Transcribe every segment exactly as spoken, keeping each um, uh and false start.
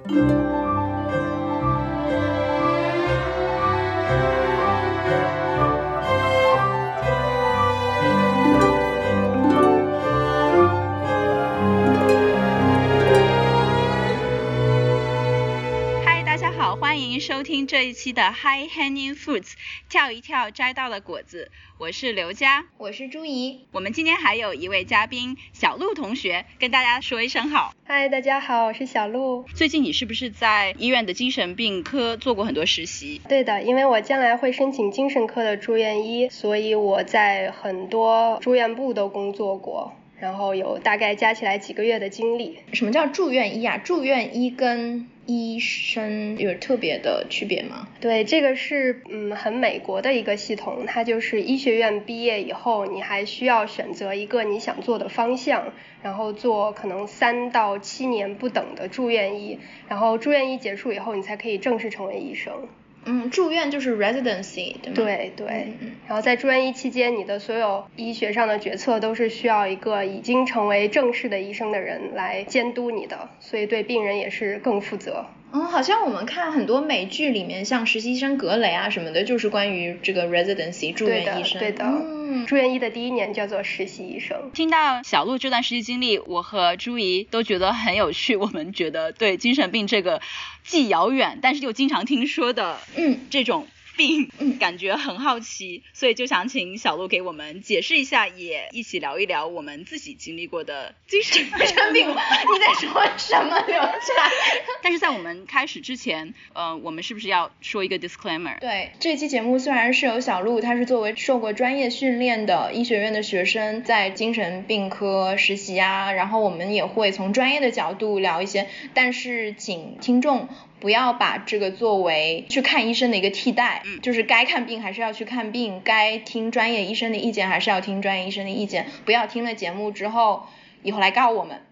欢迎收听这一期的 High Hanging Fruits 跳一跳摘到的果子，我是刘佳， 我是朱怡。 我们今天还有一位嘉宾小鹿同学，跟大家说一声好。 嗨，大家好，我是小鹿。 最近你是不是在医院的精神病科做过很多实习？ 对的，因为我将来会申请精神科的住院医，所以我在很多住院部都工作过，然后有大概加起来几个月的经历。 什么叫住院医啊？住院医跟医生有特别的区别吗？ 对，这个是嗯很美国的一个系统，它就是医学院毕业以后，你还需要选择一个你想做的方向，然后做可能三到七年不等的住院医，然后住院医结束以后，你才可以正式成为医生。 嗯，住院就是 residency 对吗？ 对对、 嗯嗯， 然后在住院医期间，你的所有医学上的决策都是需要一个已经成为正式的医生的人来监督你的，所以对病人也是更负责。 嗯，好像我们看很多美剧里面，像实习医生格雷啊什么的，就是关于这个 residency 住院医生。 对的，对的。 嗯， 住院医的第一年叫做实习医生。 听到小鹿这段实习经历，我和朱怡都觉得很有趣。我们觉得对精神病这个既遥远但是又经常听说的， 嗯， 这种病，嗯，感觉很好奇，所以就想请小鹿给我们解释一下，也一起聊一聊我们自己经历过的精神病。 你在说什么，刘佳？ 但是在我们开始之前，呃，我们是不是要说一个 disclaimer？ 对，这期节目虽然是由小鹿，他是作为受过专业训练的医学院的学生，在精神病科实习啊，然后我们也会从专业的角度聊一些，但是请听众不要把这个作为去看医生的一个替代，嗯，就是该看病还是要去看病，该听专业医生的意见还是要听专业医生的意见，不要听了节目之后以后来告我们。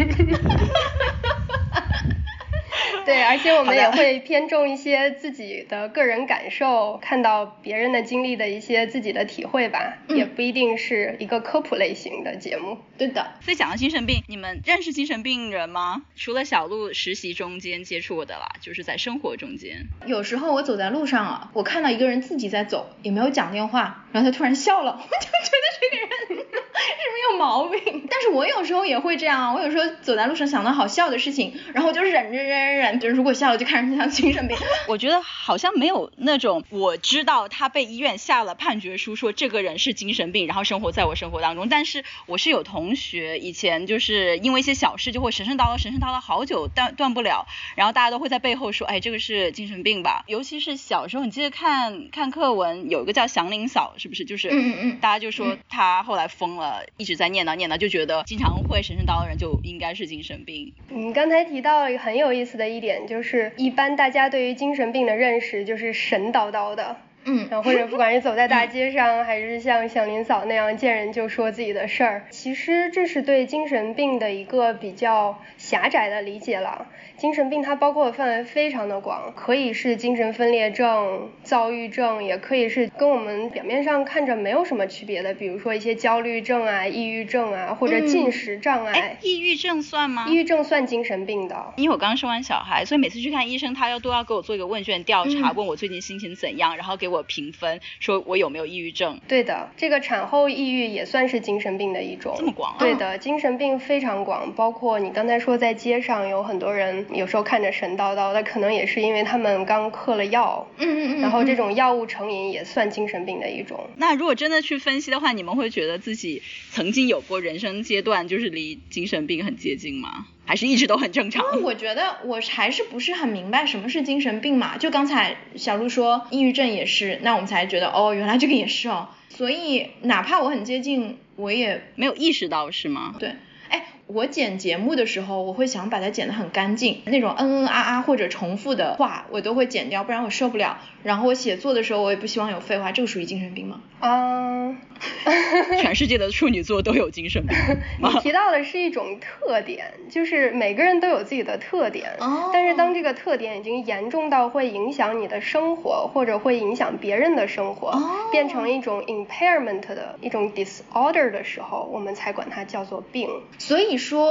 对，而且我们也会偏重一些自己的个人感受，看到别人的经历的一些自己的体会吧，嗯，也不一定是一个科普类型的节目。 对的。 所以讲到精神病，你们认识精神病人吗？除了小鹿实习中间接触过的啦，就是在生活中间。 有时候我走在路上啊，我看到一个人自己在走，也没有讲电话，然后他突然笑了，我就觉得这个人是不是有毛病？但是我有时候也会这样啊，我有时候走在路上想到好笑的事情，然后我就忍忍忍忍忍，就是如果笑了就看着像精神病。 我觉得好像没有那种我知道他被医院下了判决书说这个人是精神病，然后生活在我生活当中，但是我是有同学以前就是因为一些小事就会神神叨叨神神叨叨好久断断不了，然后大家都会在背后说，哎，这个是精神病吧。尤其是小时候你记得看看课文有一个叫祥林嫂，是不是就是嗯嗯大家就说他后来疯了，一直在念叨念叨，就觉得经常会神神叨叨的人就应该是精神病。 你刚才提到很有意思的一点，就是一般大家对于精神病的认识就是神叨叨的， 嗯， 然后或者不管是走在大街上、嗯、还是像祥林嫂那样见人就说自己的事儿，其实这是对精神病的一个比较狭窄的理解了。精神病它包括的范围非常的广，可以是精神分裂症、躁郁症，也可以是跟我们表面上看着没有什么区别的，比如说一些焦虑症啊、抑郁症啊，或者进食障碍。 哎、嗯，抑郁症算吗？ 抑郁症算精神病的。 因为我刚生完小孩，所以每次去看医生，他要都要给我做一个问卷调查、嗯，问我最近心情怎样，然后给我评分，说我有没有抑郁症。 对的，这个产后抑郁也算是精神病的一种。 这么广啊？ 对的，精神病非常广，包括你刚才说在街上有很多人有时候看着神叨叨的，可能也是因为他们刚嗑了药， 嗯嗯嗯， 然后这种药物成瘾也算精神病的一种。 那如果真的去分析的话，你们会觉得自己曾经有过人生阶段就是离精神病很接近吗？还是一直都很正常？ 因为我觉得我还是不是很明白什么是精神病嘛，就刚才小鹿说抑郁症也是，那我们才觉得哦原来这个也是哦，所以哪怕我很接近我也没有意识到是吗？ 对，哎，我剪节目的时候我会想把它剪得很干净，那种嗯嗯啊啊或者重复的话我都会剪掉，不然我受不了。然后我写作的时候我也不希望有废话，这个属于精神病吗？ 啊、 uh... 全世界的处女座都有精神病。 你提到的是一种特点，就是每个人都有自己的特点、 oh. 但是当这个特点已经严重到会影响你的生活或者会影响别人的生活、oh. 变成一种 impairment 的一种 disorder 的时候，我们才管它叫做病。 所以说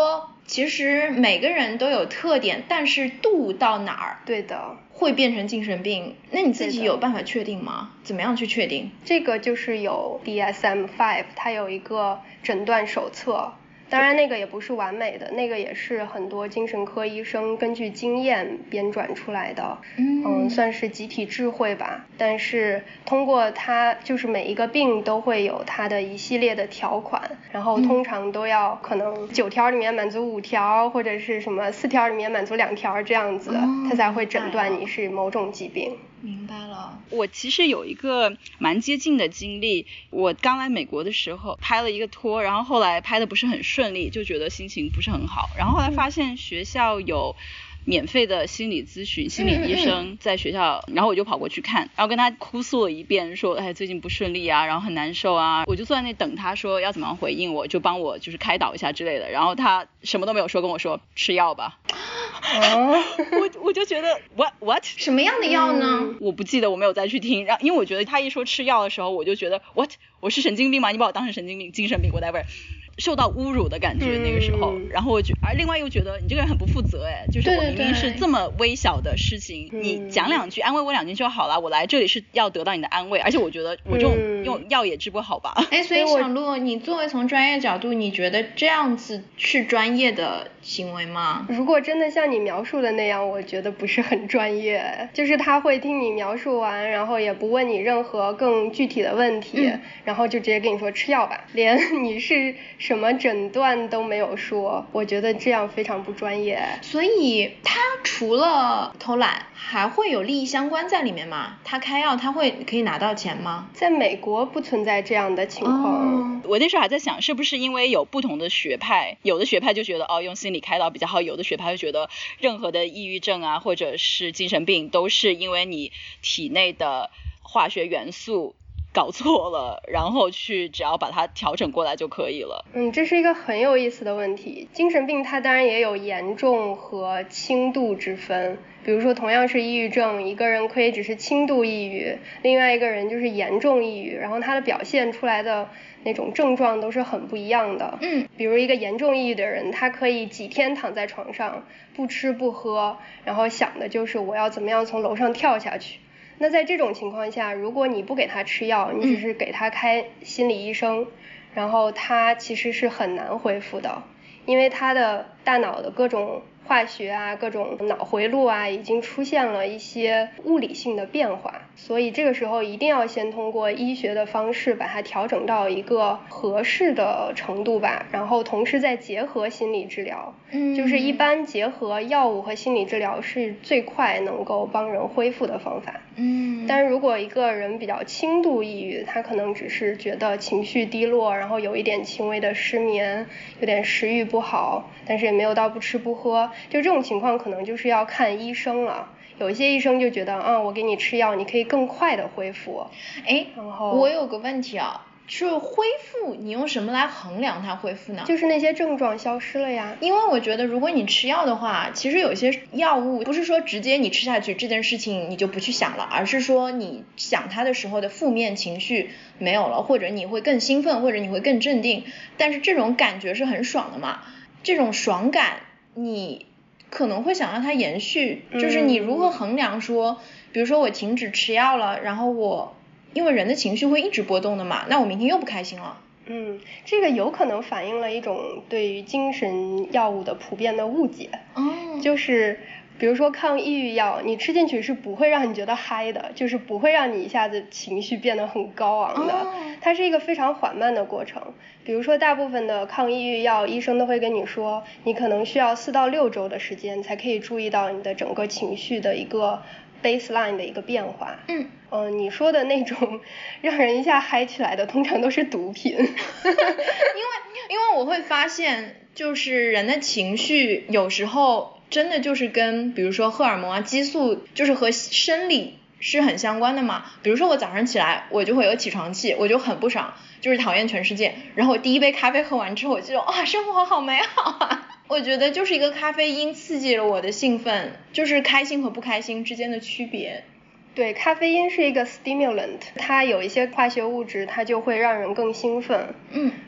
其实每个人都有特点，但是度到哪儿， 对的， 会变成精神病，那你自己有办法确定吗？怎么样去确定？ 这个就是有 D S M 五，它有一个诊断手册。当然那个也不是完美的，那个也是很多精神科医生根据经验编撰出来的，嗯, 嗯算是集体智慧吧。但是通过它，就是每一个病都会有它的一系列的条款，然后通常都要可能九条里面满足五条，或者是什么四条里面满足两条这样子，它才会诊断你是某种疾病。 明白了。 我其实有一个蛮接近的经历，我刚来美国的时候拍了一个拖，然后后来拍的不是很顺利，就觉得心情不是很好，然后后来发现学校有免费的心理咨询，心理医生在学校，然后我就跑过去看，然后跟他哭诉了一遍，说哎最近不顺利啊，然后很难受啊，我就坐在那等他说要怎么样回应我，就帮我就是开导一下之类的，然后他什么都没有说，跟我说吃药吧。哦，我我就觉得 what what 什么样的药呢？ 嗯、我不记得，我没有再去听，然后因为我觉得他一说吃药的时候，我就觉得 what 我是神经病吗？你把我当成神经病、精神病 whatever。受到侮辱的感觉那个时候，嗯、然后我觉，而另外又觉得你这个人很不负责哎，就是我明明是这么微小的事情， 对对对你讲两句安慰我两句就好了，我来这里是要得到你的安慰，而且我觉得我这种用药也治不好吧。 哎、嗯，所以小鹿，你作为从专业角度，你觉得这样子是专业的行为吗？ 如果真的像你描述的那样，我觉得不是很专业，就是他会听你描述完，然后也不问你任何更具体的问题，嗯、然后就直接跟你说吃药吧，连你是什么诊断都没有说，我觉得这样非常不专业。 所以他除了偷懒还会有利益相关在里面吗？他开药他会可以拿到钱吗？ 在美国不存在这样的情况。 哦、我那时候还在想是不是因为有不同的学派，有的学派就觉得哦用心理开导比较好，有的学派就觉得任何的抑郁症啊或者是精神病都是因为你体内的化学元素搞错了，然后去只要把它调整过来就可以了。 嗯，这是一个很有意思的问题。精神病它当然也有严重和轻度之分，比如说同样是抑郁症，一个人可以只是轻度抑郁，另外一个人就是严重抑郁，然后他的表现出来的那种症状都是很不一样的。 嗯， 比如一个严重抑郁的人，他可以几天躺在床上不吃不喝，然后想的就是我要怎么样从楼上跳下去。那在这种情况下，如果你不给他吃药，你只是给他开心理医生，嗯、然后他其实是很难恢复的，因为他的大脑的各种化学啊，各种脑回路啊，已经出现了一些物理性的变化，所以这个时候一定要先通过医学的方式把它调整到一个合适的程度吧，然后同时再结合心理治疗， 嗯， 就是一般结合药物和心理治疗是最快能够帮人恢复的方法。 嗯， 但如果一个人比较轻度抑郁，他可能只是觉得情绪低落，然后有一点轻微的失眠，有点食欲不好，但是也没有到不吃不喝，就这种情况可能就是要看医生了。有一些医生就觉得啊、嗯，我给你吃药，你可以更快的恢复。 哎， 然后我有个问题啊，是恢复你用什么来衡量它恢复呢？ 就是那些症状消失了呀。 因为我觉得如果你吃药的话，其实有一些药物不是说直接你吃下去这件事情你就不去想了，而是说你想它的时候的负面情绪没有了，或者你会更兴奋，或者你会更镇定，但是这种感觉是很爽的嘛，这种爽感你可能会想让它延续，就是你如何衡量说，比如说我停止吃药了，然后我因为人的情绪会一直波动的嘛，那我明天又不开心了。 嗯，这个有可能反映了一种对于精神药物的普遍的误解。 哦， 就是比如说抗抑郁药，你吃进去是不会让你觉得嗨的，就是不会让你一下子情绪变得很高昂的， 哦、 它是一个非常缓慢的过程。比如说大部分的抗抑郁药，医生都会跟你说，你可能需要四到六周的时间才可以注意到你的整个情绪的一个 baseline 的一个变化。 嗯， 呃，你说的那种让人一下嗨起来的，通常都是毒品。因为因为我会发现，就是人的情绪有时候真的就是跟比如说荷尔蒙啊、激素，就是和生理是很相关的嘛。比如说我早上起来我就会有起床气，我就很不爽，就是讨厌全世界，然后我第一杯咖啡喝完之后我就哇生活好美好啊。我觉得就是一个咖啡因刺激了我的兴奋，就是开心和不开心之间的区别。 对，咖啡因是一个 stimulant， 它有一些化学物质，它就会让人更兴奋。 嗯，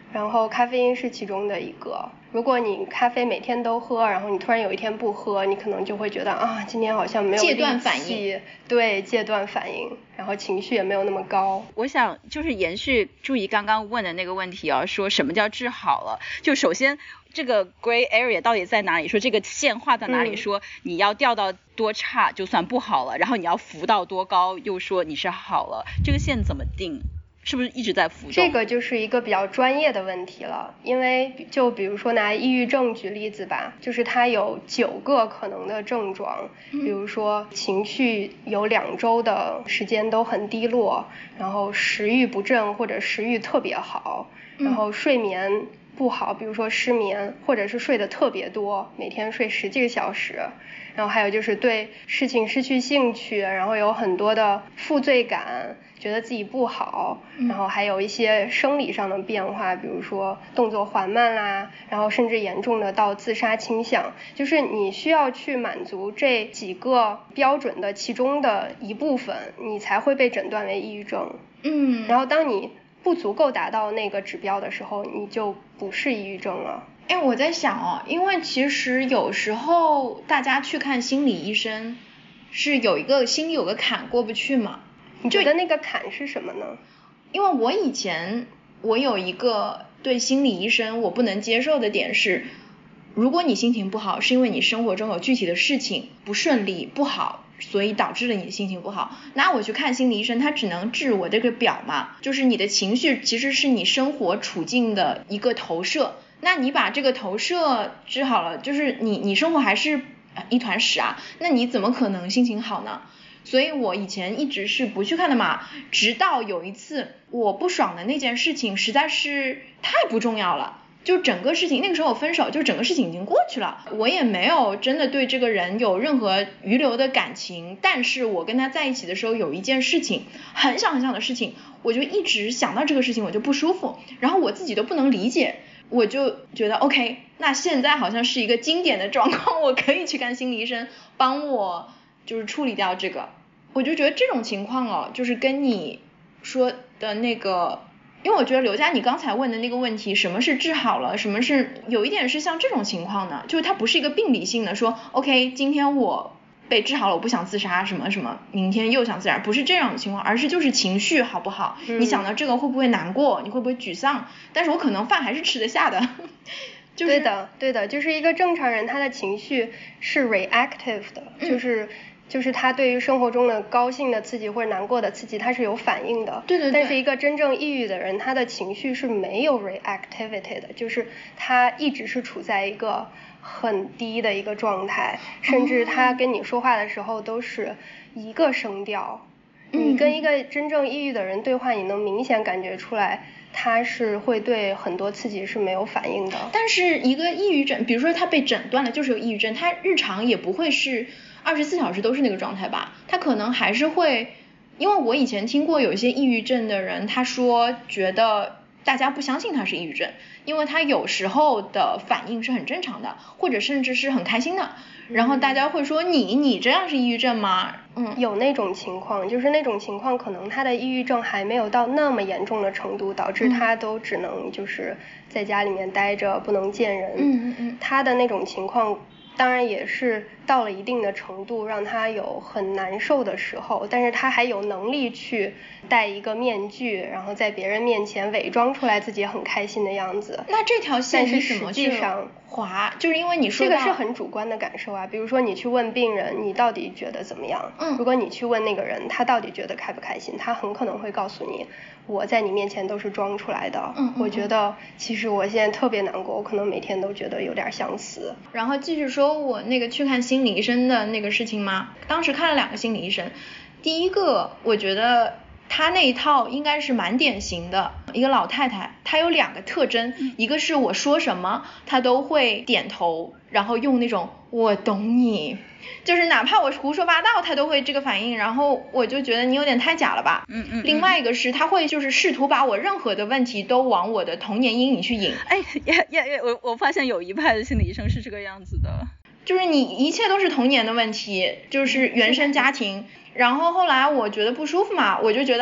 然后咖啡因是其中的一个。如果你咖啡每天都喝，然后你突然有一天不喝，你可能就会觉得啊，今天好像没有力气， 戒断反应， 对，戒断反应，然后情绪也没有那么高。 我想就是延续注意刚刚问的那个问题啊，说什么叫治好了？就首先这个 gray area 到底在哪里？说这个线画在哪里？嗯、说你要掉到多差就算不好了，然后你要浮到多高又说你是好了，这个线怎么定？是不是一直在浮动？ 这个就是一个比较专业的问题了，因为就比如说拿抑郁症举例子吧，就是它有九个可能的症状，比如说情绪有两周的时间都很低落，然后食欲不振或者食欲特别好，然后睡眠不好，比如说失眠，或者是睡得特别多，每天睡十几个小时，然后还有就是对事情失去兴趣，然后有很多的负罪感，觉得自己不好，然后还有一些生理上的变化，比如说动作缓慢啦，然后甚至严重的到自杀倾向，就是你需要去满足这几个标准的其中的一部分，你才会被诊断为抑郁症。 嗯， 然后当你不足够达到那个指标的时候，你就不是抑郁症了。 哎，我在想哦，因为其实有时候大家去看心理医生是有一个心里有个坎过不去嘛。 你觉得那个坎是什么呢？ 因为我以前我有一个对心理医生我不能接受的点是，如果你心情不好是因为你生活中有具体的事情不顺利不好，所以导致了你的心情不好，那我去看心理医生他只能治我这个表嘛，就是你的情绪其实是你生活处境的一个投射，那你把这个投射治好了，就是你你生活还是一团屎啊，那你怎么可能心情好呢？所以我以前一直是不去看的嘛，直到有一次我不爽的那件事情实在是太不重要了，就整个事情那个时候我分手，就整个事情已经过去了，我也没有真的对这个人有任何余留的感情，但是我跟他在一起的时候有一件事情很小很小的事情，我就一直想到这个事情我就不舒服，然后我自己都不能理解，我就觉得 OK， 那现在好像是一个经典的状况，我可以去看心理医生帮我就是处理掉这个。我就觉得这种情况哦，就是跟你说的那个，因为我觉得刘佳你刚才问的那个问题，什么是治好了，什么是有一点是像这种情况呢，就是它不是一个病理性的说 OK 今天我被治好了我不想自杀什么什么，明天又想自杀，不是这样的情况，而是就是情绪好不好、嗯、你想到这个会不会难过，你会不会沮丧，但是我可能饭还是吃得下的就是、 对的对的，就是一个正常人他的情绪是 reactive 的、嗯、就是就是他对于生活中的高兴的刺激或者难过的刺激他是有反应的， 对对对， 但是一个真正抑郁的人他的情绪是没有 reactivity 的，就是他一直是处在一个很低的一个状态，甚至他跟你说话的时候都是一个声调、嗯、你跟一个真正抑郁的人对话，你能明显感觉出来他是会对很多刺激是没有反应的。 但是一个抑郁症，比如说他被诊断了就是有抑郁症，他日常也不会是二十四小时都是那个状态吧，他可能还是会，因为我以前听过有一些抑郁症的人，他说觉得大家不相信他是抑郁症，因为他有时候的反应是很正常的，或者甚至是很开心的，然后大家会说你你这样是抑郁症吗？ 嗯，有那种情况，就是那种情况可能他的抑郁症还没有到那么严重的程度，导致他都只能就是在家里面待着不能见人。 嗯嗯嗯， 他的那种情况当然也是到了一定的程度让他有很难受的时候，但是他还有能力去戴一个面具，然后在别人面前伪装出来自己很开心的样子。 那这条线是怎么去划？就是因为你说这个是很主观的感受啊，比如说你去问病人你到底觉得怎么样， 嗯， 如果你去问那个人他到底觉得开不开心，他很可能会告诉你我在你面前都是装出来的。 嗯, 嗯, 嗯， 我觉得其实我现在特别难过，我可能每天都觉得有点想死。 然后继续说我那个去看心理医生的那个事情吗？当时看了两个心理医生，第一个我觉得她那一套应该是蛮典型的一个老太太，她有两个特征、嗯、一个是我说什么她都会点头，然后用那种我懂你，就是哪怕我胡说八道她都会这个反应，然后我就觉得你有点太假了吧。 嗯 嗯, 嗯。 另外一个是她会就是试图把我任何的问题都往我的童年阴影去引。 哎呀呀呀，我我发现有一派的心理医生是这个样子的， 就是你一切都是童年的问题，就是原生家庭，然后后来我觉得不舒服嘛，我就觉得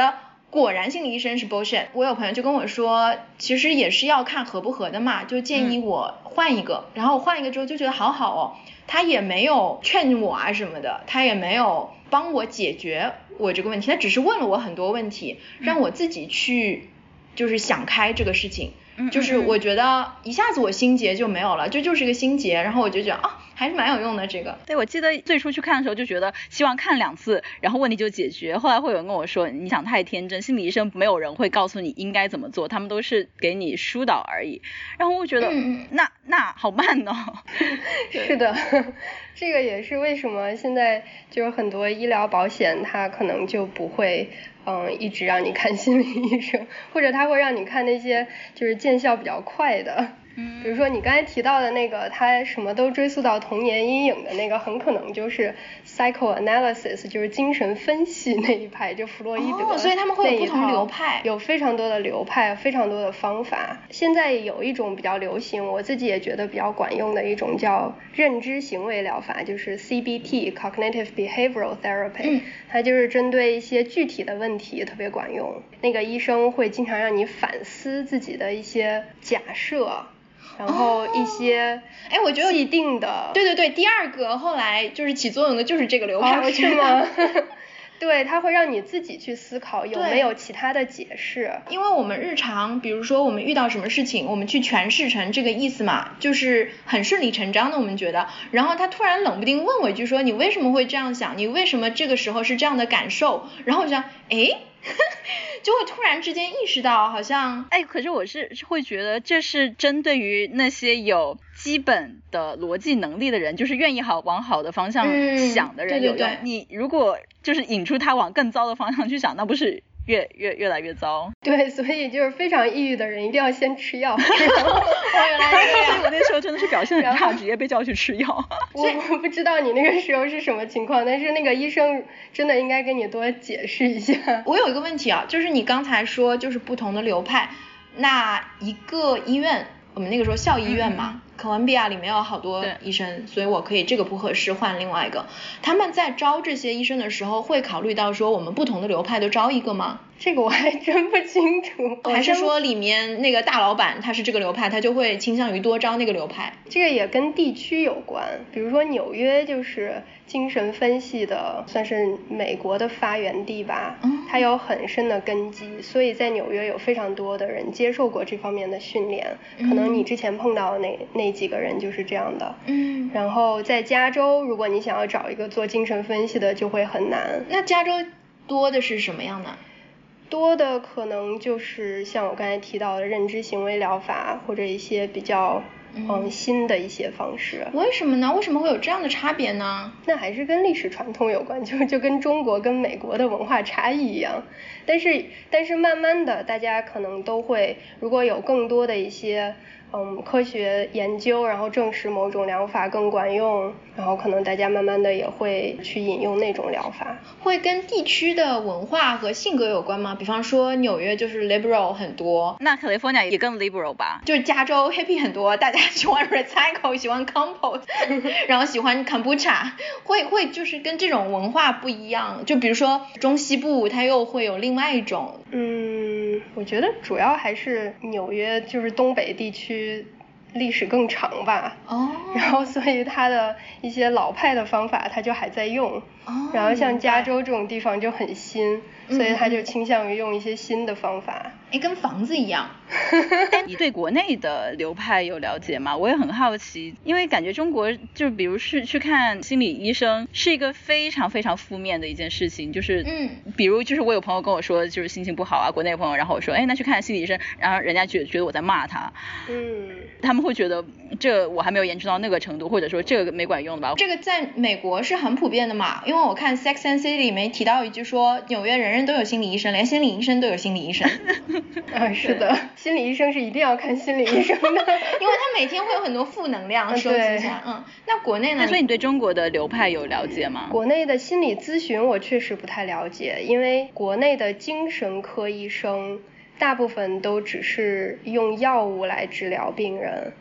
果然心理医生是 bullshit。我有朋友就跟我说，其实也是要看合不合的嘛，就建议我换一个，嗯、然后我换一个之后就觉得好好哦，他也没有劝我啊什么的，他也没有帮我解决我这个问题，他只是问了我很多问题，让我自己去就是想开这个事情。嗯、就是我觉得一下子我心结就没有了，这就是一个心结，然后我就觉得啊。还是蛮有用的这个。 对，我记得最初去看的时候就觉得希望看两次，然后问题就解决。后来会有人跟我说，你想太天真，心理医生没有人会告诉你应该怎么做，他们都是给你疏导而已。然后我觉得，嗯、那那好慢哦。 是的，这个也是为什么现在就是很多医疗保险它可能就不会。嗯，一直让你看心理医生，或者他会让你看那些就是见效比较快的。嗯，比如说你刚才提到的那个，他什么都追溯到童年阴影的那个，很可能就是 psychoanalysis， 就是精神分析那一派，就弗洛伊德。 哦，所以他们会有不同流派， 有非常多的流派，非常多的方法。现在有一种比较流行，我自己也觉得比较管用的一种叫认知行为疗法，就是 C B T（Cognitive Behavioral Therapy），嗯，它就是针对一些具体的问题特别管用。那个医生会经常让你反思自己的一些假设。然后一些哎、哦，我觉得既定的， 对对对，第二个后来就是起作用的就是这个流派， 哦、是吗？对，它会让你自己去思考有没有其他的解释。 因为我们日常，比如说我们遇到什么事情，我们去诠释成这个意思嘛，就是很顺理成章的，我们觉得。然后他突然冷不丁问我一句说，你为什么会这样想？你为什么这个时候是这样的感受？然后我就想，哎。就会突然之间意识到好像哎，可是我是会觉得这是针对于那些有基本的逻辑能力的人，就是愿意好往好的方向想的人有用、嗯、对对对，你如果就是引出他往更糟的方向去想，那不是越越越来越糟。 对，所以就是非常抑郁的人一定要先吃药。 我原来这样， 我那时候真的是表现很差，直接被叫去吃药。 我我不知道你那个时候是什么情况，但是那个医生真的应该跟你多解释一下。 我有一个问题啊，就是你刚才说就是不同的流派，那一个医院，我们那个时候校医院嘛，哥伦比亚里面有好多医生，所以我可以这个不合适换另外一个。他们在招这些医生的时候会考虑到说我们不同的流派都招一个吗？ 这个我还真不清楚。 还是说里面那个大老板他是这个流派，他就会倾向于多招那个流派？ 这个也跟地区有关，比如说纽约就是精神分析的算是美国的发源地吧，嗯、它有很深的根基，所以在纽约有非常多的人接受过这方面的训练，嗯、可能你之前碰到的那那几个人就是这样的。嗯。然后在加州，如果你想要找一个做精神分析的就会很难。 那加州多的是什么样的？ 多的可能就是像我刚才提到的认知行为疗法，或者一些比较嗯新的一些方式。 为什么呢？为什么会有这样的差别呢？ 那还是跟历史传统有关，就就跟中国跟美国的文化差异一样。但是但是慢慢的大家可能都会，如果有更多的一些嗯科学研究，然后证实某种疗法更管用，然后可能大家慢慢的也会去引用那种疗法。 会跟地区的文化和性格有关吗？比方说纽约就是 liberal 很多， 那 California 也更 liberal 吧？ 就是加州 hippie 很多，大家喜欢 recycle 喜欢 compost 然后喜欢 kombucha， 会会就是跟这种文化不一样。就比如说中西部它又会有另外一种。 嗯，我觉得主要还是纽约就是东北地区历史更长吧，哦，然后所以它的一些老派的方法它就还在用，哦，然后像加州这种地方就很新，所以它就倾向于用一些新的方法。 哎，跟房子一样。 你对国内的流派有了解吗？我也很好奇，因为感觉中国就比如是去看心理医生是一个非常非常负面的一件事情，就是嗯，比如就是我有朋友跟我说就是心情不好啊，国内的朋友，然后我说哎那去看心理医生，然后人家觉得觉得我在骂他，嗯，他们会觉得这我还没有研究到那个程度，或者说这个没管用的吧。 这个在美国是很普遍的嘛，因为我看 Sex and City 里面提到一句说纽约人人都有心理医生，连心理医生都有心理医生。 啊，是的，心理医生是一定要看心理医生的，因为他每天会有很多负能量收集起来。嗯，那国内呢？ 那所以你对中国的流派有了解吗？ 国内的心理咨询我确实不太了解，因为国内的精神科医生大部分都只是用药物来治疗病人，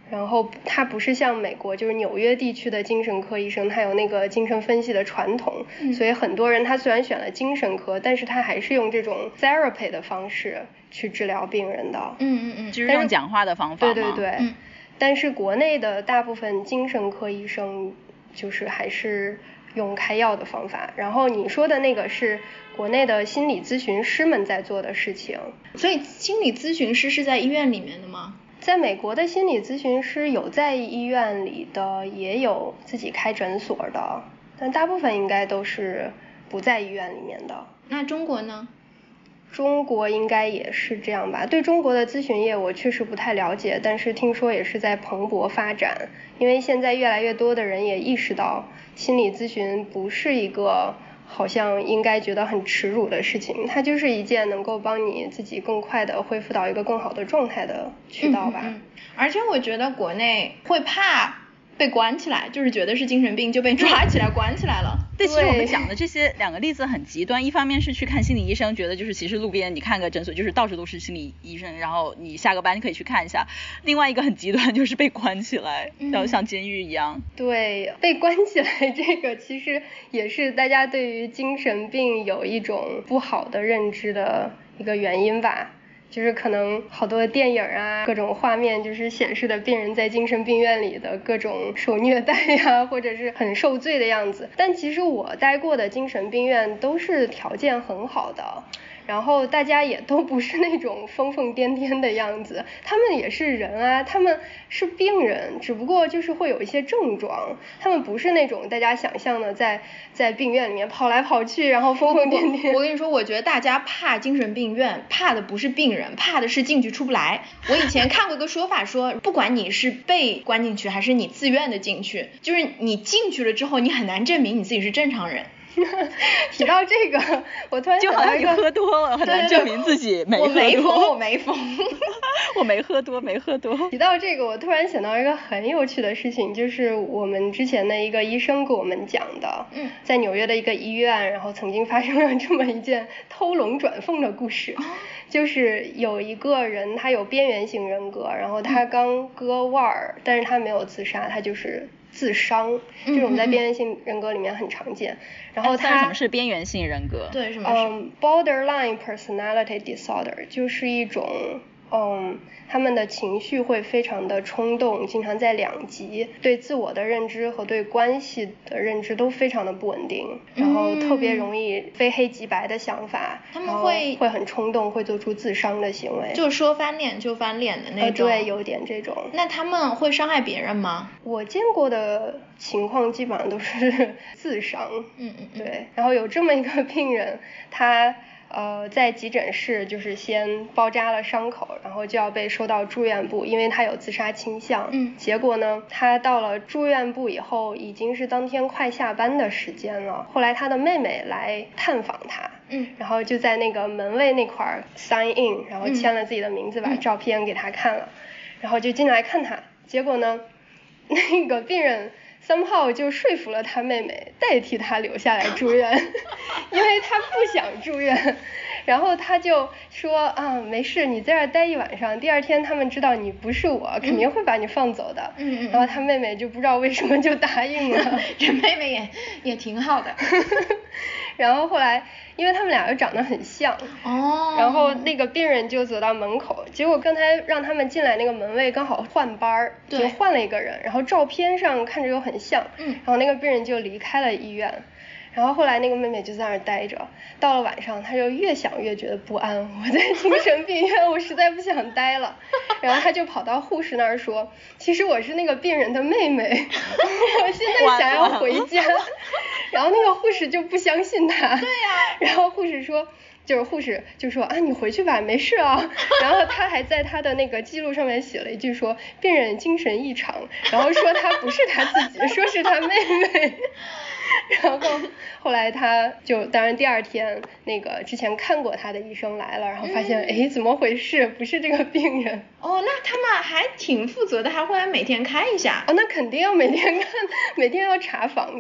然后他不是像美国就是纽约地区的精神科医生，他有那个精神分析的传统，嗯、所以很多人他虽然选了精神科，但是他还是用这种 therapy 的方式去治疗病人的。 嗯嗯嗯，就是用讲话的方法吗？ 对对对。嗯、但是国内的大部分精神科医生就是还是用开药的方法，然后你说的那个是国内的心理咨询师们在做的事情。 所以心理咨询师是在医院里面的吗？ 在美国的心理咨询师有在医院里的，也有自己开诊所的，但大部分应该都是不在医院里面的。 那中国呢？ 中国应该也是这样吧。对中国的咨询业我确实不太了解，但是听说也是在蓬勃发展，因为现在越来越多的人也意识到心理咨询不是一个好像应该觉得很耻辱的事情，它就是一件能够帮你自己更快的恢复到一个更好的状态的渠道吧。 嗯嗯、而且我觉得国内会怕被关起来，就是觉得是精神病就被抓起来关起来了。 对，其实我们讲的这些两个例子很极端，一方面是去看心理医生，觉得就是其实路边你看个诊所就是到处都是心理医生，然后你下个班你可以去看一下。另外一个很极端就是被关起来，然后像监狱一样。 对，被关起来这个其实也是大家对于精神病有一种不好的认知的一个原因吧。就是可能好多电影啊，各种画面就是显示的病人在精神病院里的各种受虐待呀，或者是很受罪的样子。但其实我待过的精神病院都是条件很好的，然后大家也都不是那种疯疯癫癫的样子，他们也是人啊，他们是病人，只不过就是会有一些症状，他们不是那种大家想象的在在病院里面跑来跑去，然后疯疯癫癫。 我, 我跟你说，我觉得大家怕精神病院，怕的不是病人，怕的是进去出不来。我以前看过一个说法说，不管你是被关进去还是你自愿的进去，就是你进去了之后，你很难证明你自己是正常人。 提到这个，我突然就好像你喝多了，很难证明自己没喝多。 我没疯，我没疯， 我没喝多，没喝多。 提到这个，我突然想到一个很有趣的事情，就是我们之前的一个医生给我们讲的，嗯，在纽约的一个医院，然后曾经发生了这么一件偷龙转凤的故事。哦，就是有一个人他有边缘型人格，然后他刚割腕儿，嗯，但是他没有自杀，他就是自伤，这种在边缘性人格里面很常见。嗯、然后他什么是边缘性人格？ 对，什么是？ 嗯 ，borderline personality disorder 就是一种。嗯，他们的情绪会非常的冲动，经常在两极，对自我的认知和对关系的认知都非常的不稳定，然后特别容易非黑即白的想法， 他们会会很冲动，会做出自伤的行为， 就说翻脸就翻脸的那种。 呃、对，有点这种。 那他们会伤害别人吗？ 我见过的情况基本上都是自伤。 嗯嗯嗯。 对，然后有这么一个病人，他。呃，在急诊室就是先包扎了伤口，然后就要被收到住院部，因为他有自杀倾向。嗯，结果呢，他到了住院部以后，已经是当天快下班的时间了。后来他的妹妹来探访他，嗯，然后就在那个门卫那块 sign in， 然后签了自己的名字，嗯、把照片给他看了，然后就进来看他。结果呢，那个病人somehow就说服了他妹妹代替他留下来住院，因为他不想住院，然后他就说啊没事，你在这儿待一晚上，第二天他们知道你不是我，肯定会把你放走的。嗯嗯。然后他妹妹就不知道为什么就答应了， 这妹妹也也挺好的。 然后后来因为他们俩又长得很像，哦，然后那个病人就走到门口，结果刚才让他们进来那个门卫刚好换班，就换了一个人，然后照片上看着又很像，嗯，然后那个病人就离开了医院。然后后来那个妹妹就在那儿待着，到了晚上她就越想越觉得不安，我在精神病院我实在不想待了，然后她就跑到护士那儿说，其实我是那个病人的妹妹，我现在想要回家。然后那个护士就不相信她， 对呀， 然后护士说就是护士就说啊你回去吧没事啊，然后他还在他的那个记录上面写了一句说病人精神异常，然后说他不是他自己，说是他妹妹。然后后来他就当然第二天那个之前看过他的医生来了，然后发现哎、嗯、怎么回事，不是这个病人。 哦，那他们还挺负责的，还会每天看一下。 哦，那肯定要每天看，每天要查房的。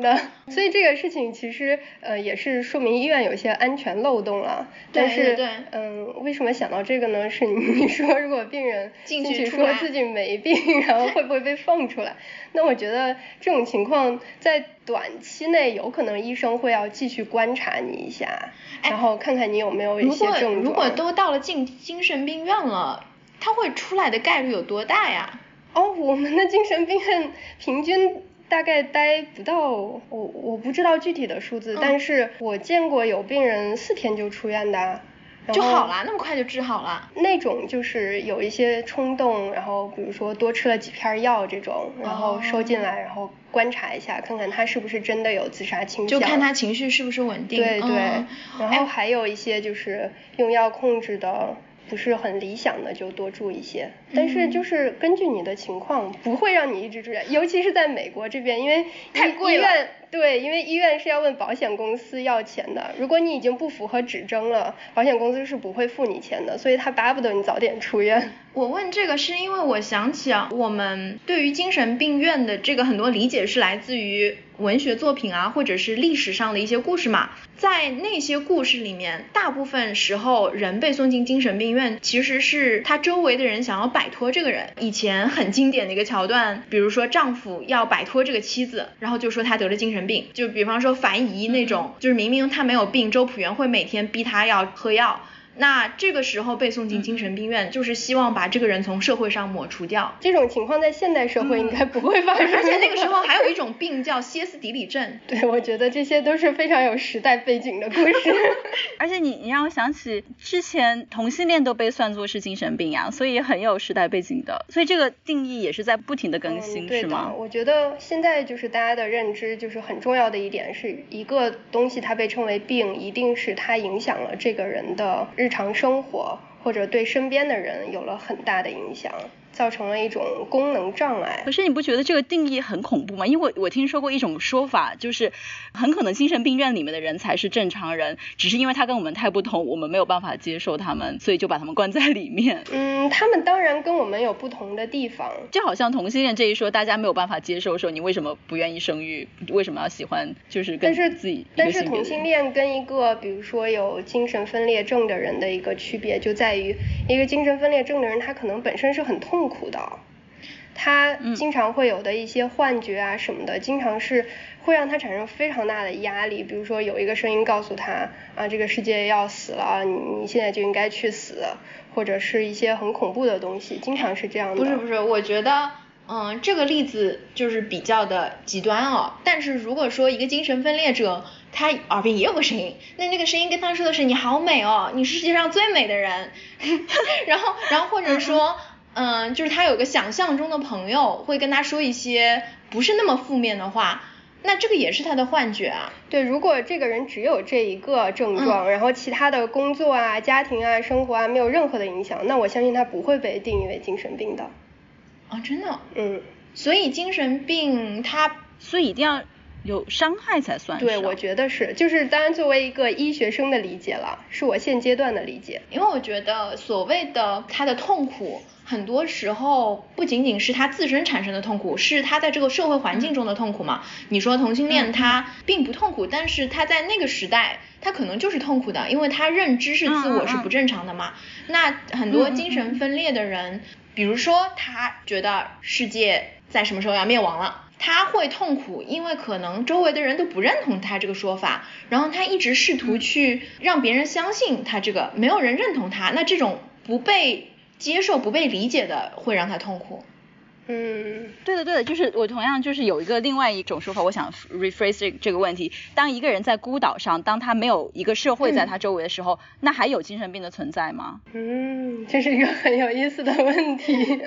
所以这个事情其实呃也是说明医院有些安全漏洞了。但是对对对嗯，为什么想到这个呢？是你你说如果病人进去去说自己没病，然后会不会被放出来？那我觉得这种情况在短期内有可能医生会要继续观察你一下，然后看看你有没有一些症状。 如果如果都到了进精神病院了，他会出来的概率有多大呀？ 哦，我们的精神病院平均大概待不到，我我不知道具体的数字，嗯、但是我见过有病人四天就出院的。 就好了，那么快就治好了。 那种就是有一些冲动，然后比如说多吃了几片药这种，然后收进来，哦、然后观察一下，看看他是不是真的有自杀倾向， 就看他情绪是不是稳定。 对对， 嗯、 然后还有一些就是用药控制的不是很理想的，就多注一些。但是就是根据你的情况，不会让你一直住院，尤其是在美国这边，因为太贵了。 医院对，因为医院是要问保险公司要钱的，如果你已经不符合指征了，保险公司是不会付你钱的，所以他巴不得你早点出院。 我问这个是因为我想起啊，我们对于精神病院的这个很多理解是来自于文学作品啊，或者是历史上的一些故事嘛。在那些故事里面，大部分时候人被送进精神病院，其实是他周围的人想要摆脱这个人。以前很经典的一个桥段，比如说丈夫要摆脱这个妻子，然后就说他得了精神病，就比方说樊姨那种，就是明明他没有病，周朴园会每天逼他要喝药。那这个时候被送进精神病院，就是希望把这个人从社会上抹除掉。 这种情况在现代社会应该不会发生、嗯、 而且那个时候还有一种病叫歇斯底里症。 对，我觉得这些都是非常有时代背景的故事。 而且你你让我想起之前同性恋都被算作是精神病呀，所以也很有时代背景的，所以这个定义也是在不停的更新、 嗯、对的是吗？ 我觉得现在就是大家的认知就是很重要的一点，是一个东西它被称为病，一定是它影响了这个人的日常生活，或者对身边的人有了很大的影响，造成了一种功能障碍。 可是你不觉得这个定义很恐怖吗？因为我听说过一种说法，就是很可能精神病院里面的人才是正常人，只是因为他跟我们太不同，我们没有办法接受他们，所以就把他们关在里面。 嗯，他们当然跟我们有不同的地方， 就好像同性恋这一说大家没有办法接受的时候，你为什么不愿意生育，为什么要喜欢就是跟自己一个性别的人？ 但是同性恋跟一个比如说有精神分裂症的人的一个区别就在于，一个精神分裂症的人他可能本身是很痛苦的，他经常会有的一些幻觉啊什么的、嗯、经常是会让他产生非常大的压力，比如说有一个声音告诉他啊，这个世界要死了，你你现在就应该去死，或者是一些很恐怖的东西，经常是这样的。 不是不是，我觉得嗯，这个例子就是比较的极端哦。但是如果说一个精神分裂者，他耳边也有个声音，那那个声音跟他说的是你好美哦，你是世界上最美的人。然后然后或者说嗯，就是他有个想象中的朋友会跟他说一些不是那么负面的话，那这个也是他的幻觉啊。 对，如果这个人只有这一个症状、嗯、然后其他的工作啊、家庭啊、生活啊没有任何的影响，那我相信他不会被定义为精神病的。 啊，真的？ 嗯， 所以精神病它所以一定要有伤害才算是。 对，我觉得是，就是当然作为一个医学生的理解了，是我现阶段的理解。 因为我觉得所谓的他的痛苦，很多时候不仅仅是他自身产生的痛苦，是他在这个社会环境中的痛苦嘛。嗯、你说同性恋他并不痛苦、嗯，但是他在那个时代他可能就是痛苦的，因为他认知是自我是不正常的嘛。嗯嗯、那很多精神分裂的人、嗯嗯、比如说他觉得世界在什么时候要灭亡了，他会痛苦，因为可能周围的人都不认同他这个说法，然后他一直试图去让别人相信他这个，没有人认同他，那这种不被接受、不被理解的会让他痛苦。 嗯， 对的对的，就是我同样就是有一个另外一种说法，我想 rephrase 这个问题，当一个人在孤岛上，当他没有一个社会在他周围的时候、嗯、那还有精神病的存在吗？ 嗯，这是一个很有意思的问题。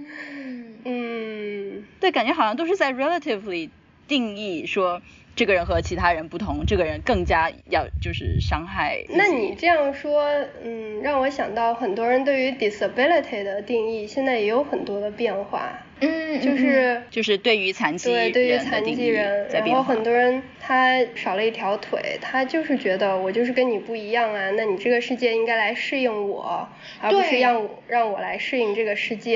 嗯， 对，感觉好像都是在 relatively 定义说这个人和其他人不同，这个人更加要就是伤害。 那你这样说，嗯，让我想到很多人对于 disability 的定义现在也有很多的变化。 嗯， 就是就是对于残疾人的对，对于残疾人，然后很多人他少了一条腿，他就是觉得我就是跟你不一样啊，那你这个世界应该来适应我，而不是让让我来适应这个世界。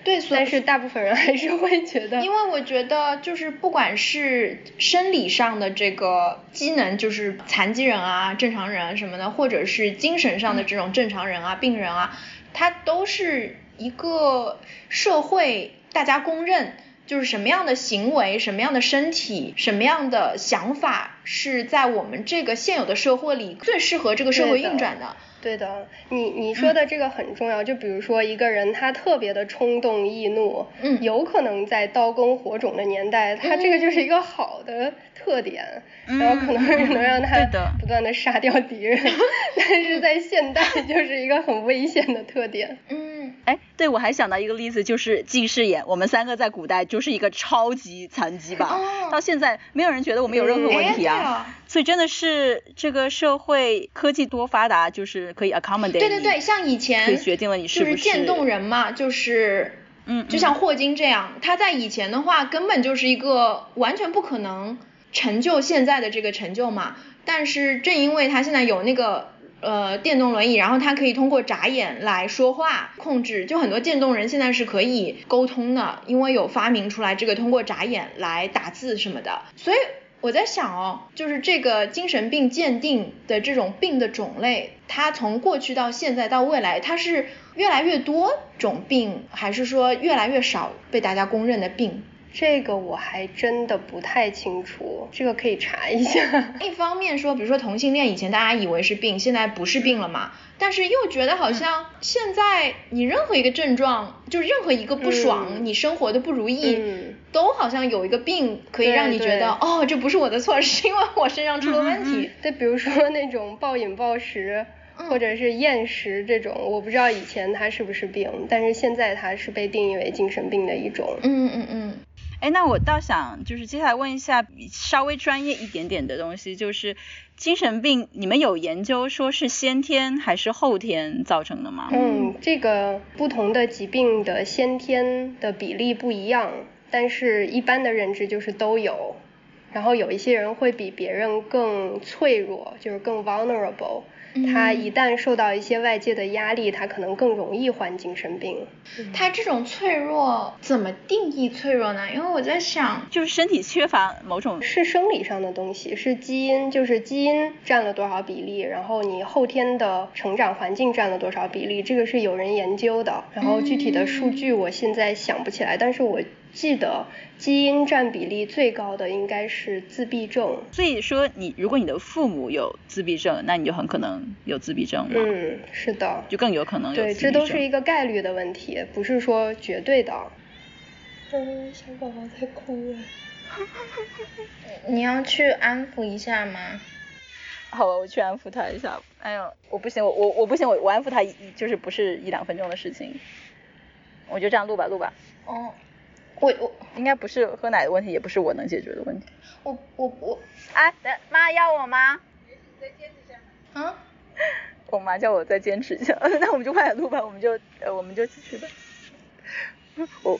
对， 但是大部分人还是会觉得， 因为我觉得就是不管是生理上的这个机能，就是残疾人啊、正常人什么的，或者是精神上的这种正常人啊、病人啊，它都是一个社会大家公认，就是什么样的行为、什么样的身体、什么样的想法是在我们这个现有的社会里最适合这个社会运转的。 对的，你你说的这个很重要，嗯、就比如说一个人他特别的冲动易怒， 嗯， 有可能在刀耕火种的年代，他这个就是一个好的特点， 嗯、 然后可能能让他不断的杀掉敌人，嗯、但是在现代就是一个很危险的特点。 嗯，哎，对，我还想到一个例子，就是近视眼，我们三个在古代就是一个超级残疾吧， 哦、 到现在没有人觉得我们有任何问题啊， 嗯啊所以真的是这个社会科技多发达，就是可以 accommodate 对对对，像以前可以决定了你是不是就是渐冻人嘛，就是嗯， 就像霍金这样，他在以前的话根本就是一个完全不可能成就现在的这个成就嘛，但是正因为他现在有那个呃电动轮椅，然后他可以通过眨眼来说话控制，就很多渐冻人现在是可以沟通的，因为有发明出来这个通过眨眼来打字什么的，所以我在想哦，就是这个精神病鉴定的这种病的种类，它从过去到现在到未来，它是越来越多种病，还是说越来越少被大家公认的病？ 这个我还真的不太清楚，这个可以查一下。 一方面说，比如说同性恋，以前大家以为是病，现在不是病了嘛，但是又觉得好像现在你任何一个症状，就是任何一个不爽， 嗯、 你生活的不如意、 嗯， 都好像有一个病可以让你觉得，哦，这不是我的错，是因为我身上出了问题。 嗯嗯嗯对，比如说那种暴饮暴食。或者是厌食这种，我不知道以前它是不是病，但是现在它是被定义为精神病的一种。 嗯嗯嗯。 哎，那我倒想就是接下来问一下稍微专业一点点的东西，就是精神病，你们有研究说是先天还是后天造成的吗？ 嗯，这个不同的疾病的先天的比例不一样，但是一般的认知就是都有。然后有一些人会比别人更脆弱，就是更 vulnerable。他一旦受到一些外界的压力，他可能更容易患精神病。 他这种脆弱怎么定义脆弱呢？因为我在想， 就是身体缺乏某种是生理上的东西，是基因，就是基因占了多少比例，然后你后天的成长环境占了多少比例，这个是有人研究的。然后具体的数据我现在想不起来，但是我记得基因占比例最高的应该是自闭症。 所以说你如果你的父母有自闭症，那你就很可能有自闭症嘛。 嗯，是的， 就更有可能有自闭症。 对，这都是一个概率的问题，不是说绝对的。嗯，小宝宝在哭。 你要去安抚一下吗？ 好吧，我去安抚他一下。哎呦，我不行，我我我不行，我我安抚他就是不是一两分钟的事情。我就这样录吧，录吧。 哦。我我应该不是喝奶的问题，也不是我能解决的问题。 我我我， 哎，等妈要我吗？ 再坚持一下吗？啊？ 我妈叫我再坚持一下，那我们就快点录吧，我们就呃我们就继续吧。我，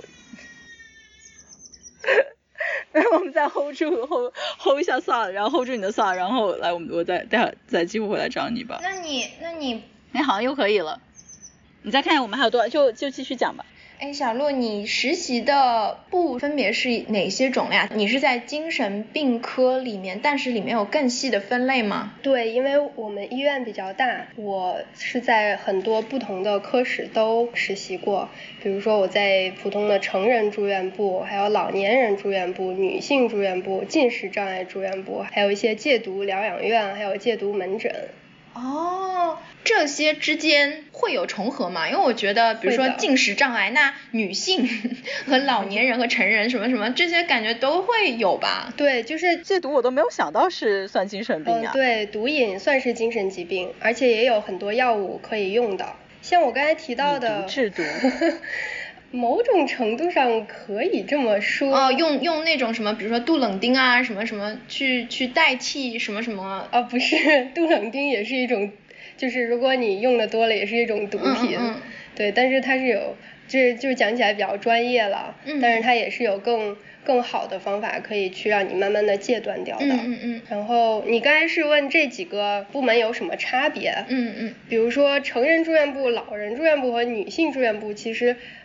那我们再 hold 住 hold hold 一下算，然后 hold 住你的算，然后来我们我再待会再继续回来找你吧。 那你那你你好像又可以了，你再看看我们还有多少，就就继续讲吧。 哎，小洛，你实习的部分别是哪些种类啊？你是在精神病科里面，但是里面有更细的分类吗？ 对，因为我们医院比较大，我是在很多不同的科室都实习过，比如说我在普通的成人住院部，还有老年人住院部、女性住院部、进食障碍住院部，还有一些戒毒疗养院，还有戒毒门诊。 哦，这些之间会有重合吗？因为我觉得比如说进食障碍，那女性和老年人和成人什么什么这些感觉都会有吧。 对，就是戒毒我都没有想到是算精神病啊。 嗯，对，毒瘾算是精神疾病，而且也有很多药物可以用的，像我刚才提到的以毒制毒某种程度上可以这么说。 哦，用用那种什么比如说杜冷丁啊什么什么去去代替什么什么。 啊，不是，杜冷丁也是一种，就是如果你用的多了也是一种毒品。 嗯嗯对，但是它是有，这就讲起来比较专业了， 嗯， 但是它也是有更更好的方法可以去让你慢慢的戒断掉的。 嗯嗯嗯。 然后你刚才是问这几个部门有什么差别？ 嗯嗯。 比如说成人住院部、老人住院部和女性住院部，其实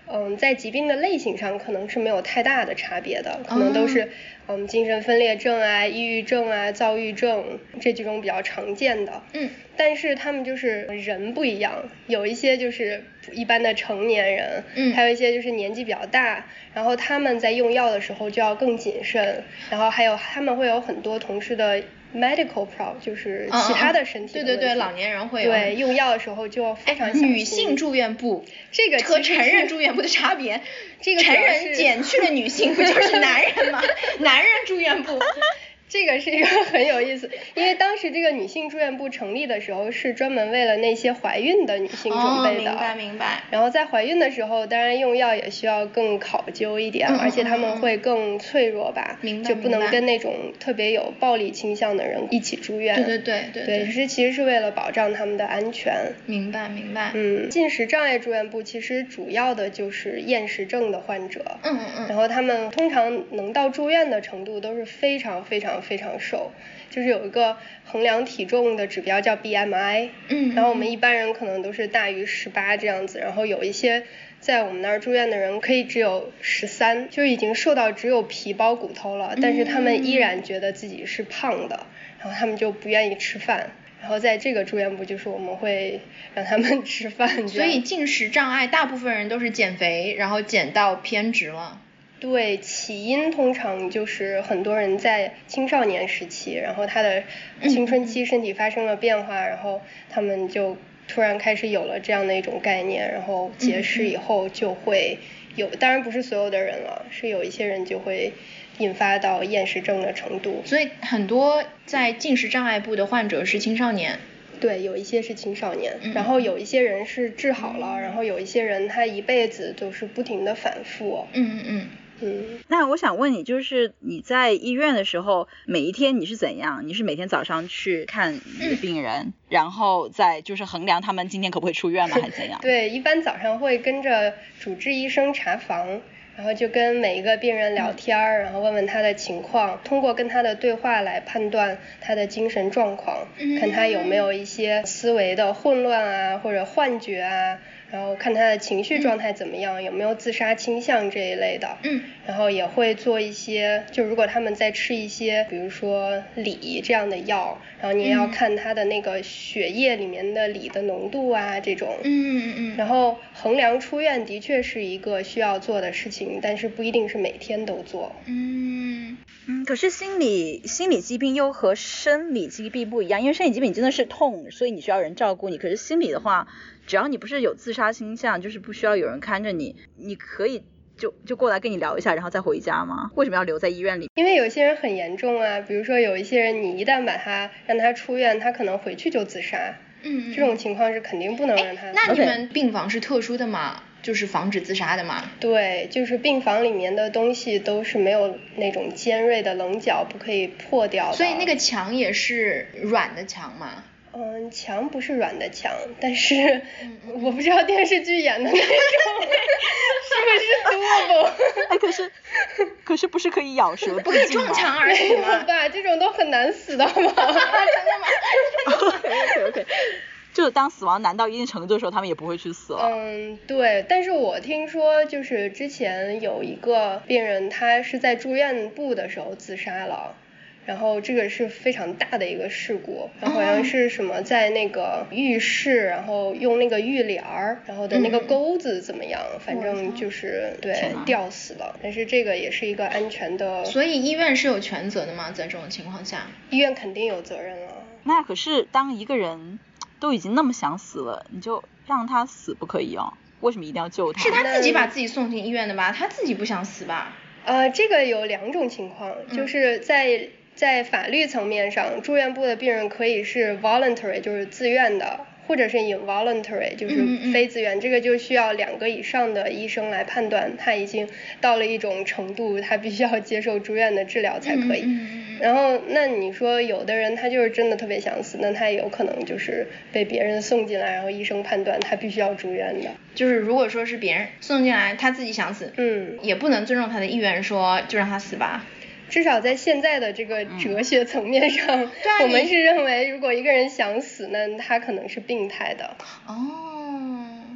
嗯，在疾病的类型上可能是没有太大的差别的，可能都是、哦、嗯精神分裂症啊、抑郁症啊、躁郁症这几种比较常见的。 嗯， 但是他们就是人不一样，有一些就是一般的成年人， 嗯， 还有一些就是年纪比较大，然后他们在用药的时候就要更谨慎，然后还有他们会有很多同事的medical problem， 就是其他的身体的问题、 嗯嗯、对对对，老年人会有。 对，用药的时候就非常小心。 女性住院部这个和成人住院部的差别， 这个成人减去了女性不就是男人吗？男人住院部。 这个是一个很有意思，因为当时这个女性住院部成立的时候是专门为了那些怀孕的女性准备的。 哦、明白明白。 然后在怀孕的时候，当然用药也需要更考究一点， 嗯、 而且他们会更脆弱吧， 明白就不能跟那种特别有暴力倾向的人一起住院。 对对对对对。对，是其实是为了保障他们的安全。 明白明白。 嗯，进食障碍住院部其实主要的就是厌食症的患者。 嗯嗯嗯。 然后他们通常能到住院的程度都是非常非常非常瘦，就是有一个衡量体重的指标叫 B M I， 嗯， 然后我们一般人可能都是大于十八这样子，然后有一些在我们那儿住院的人可以只有十三，就已经瘦到只有皮包骨头了，但是他们依然觉得自己是胖的，然后他们就不愿意吃饭。然后在这个住院部就是我们会让他们吃饭。 所以进食障碍大部分人都是减肥，然后减到偏执了。 对，起因通常就是很多人在青少年时期，然后他的青春期身体发生了变化，嗯、然后他们就突然开始有了这样的一种概念，然后节食以后就会有，当然不是所有的人了，是有一些人就会引发到厌食症的程度。 所以很多在进食障碍部的患者是青少年。 对，有一些是青少年， 嗯、 然后有一些人是治好了，嗯、然后有一些人他一辈子都是不停的反复。 嗯嗯嗯。 嗯， 那我想问你，就是你在医院的时候，每一天你是怎样？你是每天早上去看你的病人，嗯、然后再就是衡量他们今天可不可以出院吗？还是怎样？ 对，一般早上会跟着主治医生查房，然后就跟每一个病人聊天，嗯、然后问问他的情况，通过跟他的对话来判断他的精神状况，嗯、看他有没有一些思维的混乱啊，或者幻觉啊。然后看他的情绪状态怎么样，嗯、有没有自杀倾向这一类的。 嗯。 然后也会做一些，就如果他们在吃一些，比如说锂这样的药，然后你也要看他的那个血液里面的锂的浓度啊，这种。 嗯嗯嗯。 然后衡量出院的确是一个需要做的事情，但是不一定是每天都做。 嗯嗯。可是心理心理疾病又和生理疾病不一样，因为生理疾病真的是痛，所以你需要人照顾你。可是心理的话，只要你不是有自杀倾向，就是不需要有人看着你，你可以就就过来跟你聊一下，然后再回家吗？为什么要留在医院里？ 因为有些人很严重啊，比如说有一些人，你一旦把他让他出院，他可能回去就自杀。 嗯， 这种情况是肯定不能让他。 那你们病房是特殊的吗？就是防止自杀的吗？ 对，就是病房里面的东西都是没有那种尖锐的棱角，不可以破掉的。 所以那个墙也是软的墙吗？ 嗯，墙不是软的墙，但是、嗯、我不知道电视剧演的那种是不是 doable。 哎，可是可是不是可以咬舌不可以撞墙而死吗？ 吧，这种都很难死的吗？真的吗？OK OK， 就当死亡难到一定程度的时候，他们也不会去死了。 嗯，对，但是我听说就是之前有一个病人，他是在住院部的时候自杀了。然后这个是非常大的一个事故，然后好像是什么在那个浴室，然后用那个浴帘儿，然后的那个钩子怎么样，嗯、反正就是对吊死了。但是这个也是一个安全的。 所以医院是有全责的吗？在这种情况下？ 医院肯定有责任了。 那可是当一个人都已经那么想死了，你就让他死不可以哦？为什么一定要救他？ 是他自己把自己送进医院的吧？他自己不想死吧？ 呃，这个有两种情况，嗯、就是在。在法律层面上，住院部的病人可以是 voluntary， 就是自愿的，或者是 involuntary， 就是非自愿，嗯嗯，这个就需要两个以上的医生来判断他已经到了一种程度，他必须要接受住院的治疗才可以。 嗯嗯嗯， 然后那你说有的人他就是真的特别想死，那他有可能就是被别人送进来，然后医生判断他必须要住院的。 就是如果说是别人送进来，他自己想死， 嗯， 也不能尊重他的意愿，说就让他死吧。 至少在现在的这个哲学层面上， 嗯、 我们是认为如果一个人想死，那他可能是病态的。 哦，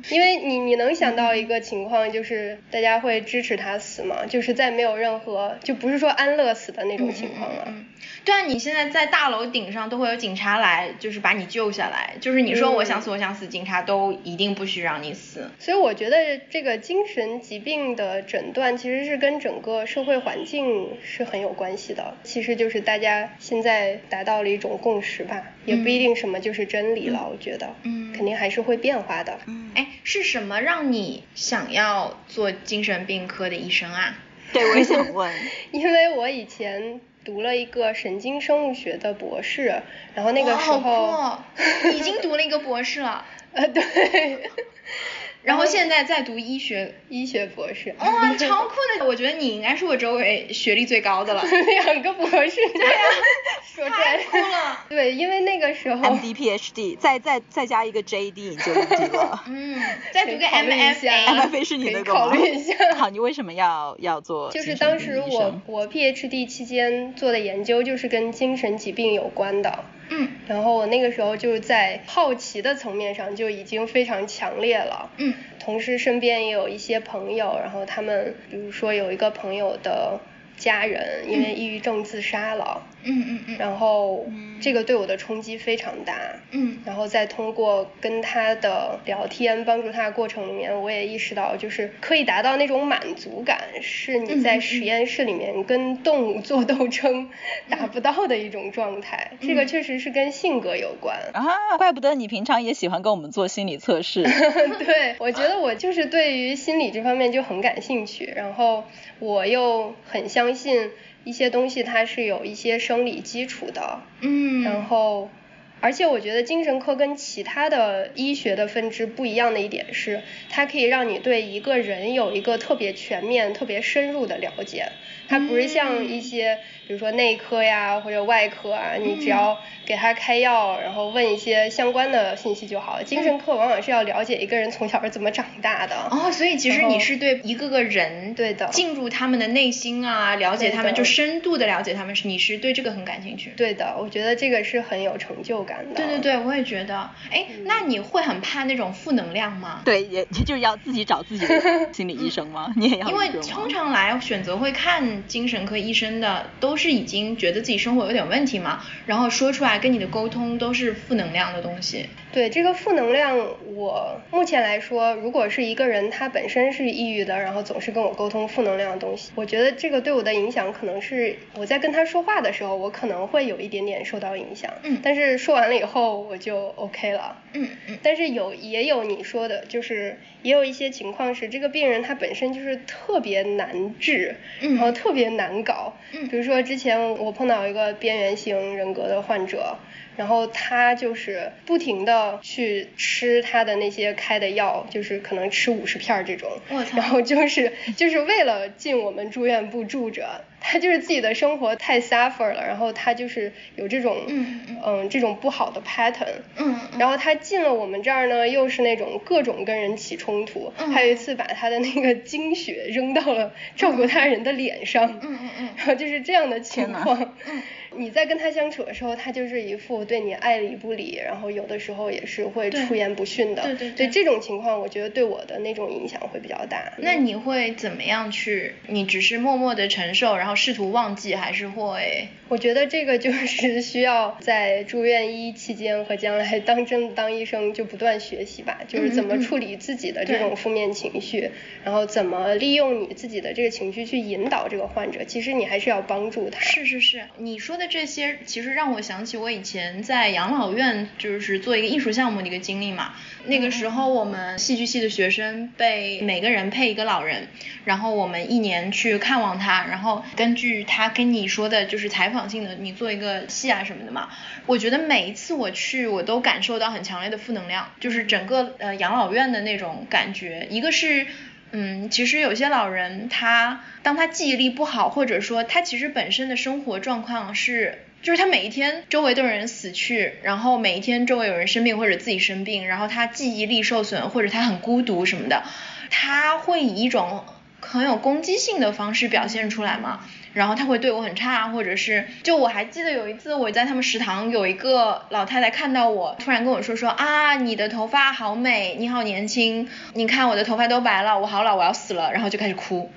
因为你你能想到一个情况，就是大家会支持他死吗？就是在没有任何，就不是说安乐死的那种情况了。 嗯嗯嗯对啊，你现在在大楼顶上都会有警察来，就是把你救下来。就是你说我想死，我想死，警察都一定不许让你死。 所以我觉得这个精神疾病的诊断其实是跟整个社会环境是很有关系的。其实就是大家现在达到了一种共识吧，也不一定什么就是真理了。嗯、我觉得，嗯，肯定还是会变化的。 嗯，哎，是什么让你想要做精神病科的医生啊？ 对，我也想问， 因为我以前读了一个神经生物学的博士，然后那个时候， 好酷哦、已经读了一个博士了。 呃，对。 然后现在在读医学医学博士， 哇、哦，超酷的！我觉得你应该是我周围学历最高的了。 两个博士， 对呀、啊， 说太酷了。 对，因为那个时候 M D P H D， 再再再加一个 J D 你就 M D 了。 嗯，再读个 M F A，M F A 是你那个吗？ 考虑一下。 好，你为什么要要做？ 就是当时我我 P H D 期间做的研究就是跟精神疾病有关的。 嗯， 然后我那个时候就是在好奇的层面上就已经非常强烈了。 嗯， 同时身边也有一些朋友，然后他们比如说有一个朋友的家人因为抑郁症自杀了。 嗯嗯嗯。 然后这个对我的冲击非常大。 嗯。 然后再通过跟他的聊天帮助他的过程里面，我也意识到就是可以达到那种满足感，是你在实验室里面跟动物做斗争达不到的一种状态。嗯、这个确实是跟性格有关。 啊，怪不得你平常也喜欢跟我们做心理测试。 对，我觉得我就是对于心理这方面就很感兴趣，然后我又很相信一些东西它是有一些生理基础的。 嗯， 然后而且我觉得精神科跟其他的医学的分支不一样的一点是，它可以让你对一个人有一个特别全面特别深入的了解。它不是像一些比如说内科呀或者外科啊，你只要给他开药然后问一些相关的信息就好了。精神科往往是要了解一个人从小是怎么长大的。 哦，所以其实你是对一个个人对的进入他们的内心啊，了解他们，就深度的了解他们，你是对这个很感兴趣。 对的，我觉得这个是很有成就感的。 对对对，我也觉得。哎、嗯，那你会很怕那种负能量吗？ 对，也就是要自己找自己的心理医生吗？你也要？ 因为通常来选择会看精神科医生的都是已经觉得自己生活有点问题嘛，然后说出来跟你的沟通都是负能量的东西。 对，这个负能量我目前来说，如果是一个人他本身是抑郁的，然后总是跟我沟通负能量的东西，我觉得这个对我的影响可能是我在跟他说话的时候我可能会有一点点受到影响。 嗯， 但是说完了以后我就 OK 了。 嗯嗯， 但是有也有你说的，就是也有一些情况是这个病人他本身就是特别难治， 嗯， 然后特别难搞。 嗯， 比如说之前我碰到一个边缘型人格的患者，然后他就是不停的去吃他的那些开的药，就是可能吃五十片这种， 我操， 然后就是就是为了进我们住院部住着，他就是自己的生活太 suffer 了，然后他就是有这种嗯嗯这种不好的 pattern。 嗯， 然后他进了我们这儿呢，又是那种各种跟人起冲突， 嗯， 还有一次把他的那个精血扔到了照顾他人的脸上。 嗯嗯嗯， 然后就是这样的情况。 嗯， 你在跟他相处的时候，他就是一副对你爱理不理，然后有的时候也是会出言不逊的。 对对对, 对这种情况我觉得对我的那种影响会比较大。 那你会怎么样去？你只是默默的承受，然后试图忘记，还是会？ 我觉得这个就是需要在住院医期间和将来当真当医生就不断学习吧，就是怎么处理自己的这种负面情绪，嗯嗯然后怎么利用你自己的这个情绪去引导这个患者，其实你还是要帮助他。 是是是，你说的这些其实让我想起我以前在养老院就是做一个艺术项目的一个经历嘛。那个时候我们戏剧系的学生被每个人配一个老人，然后我们一年去看望他，然后根据他跟你说的就是采访性的你做一个戏啊什么的嘛。我觉得每一次我去我都感受到很强烈的负能量，就是整个呃养老院的那种感觉。一个是嗯，其实有些老人他当他记忆力不好，或者说他其实本身的生活状况是就是他每一天周围都有人死去，然后每一天周围有人生病或者自己生病，然后他记忆力受损或者他很孤独什么的，他会以一种很有攻击性的方式表现出来嘛。 然后他会对我很差，或者是就我还记得有一次我在他们食堂，有一个老太太看到我突然跟我说说啊你的头发好美，你好年轻，你看我的头发都白了，我好老，我要死了，然后就开始哭。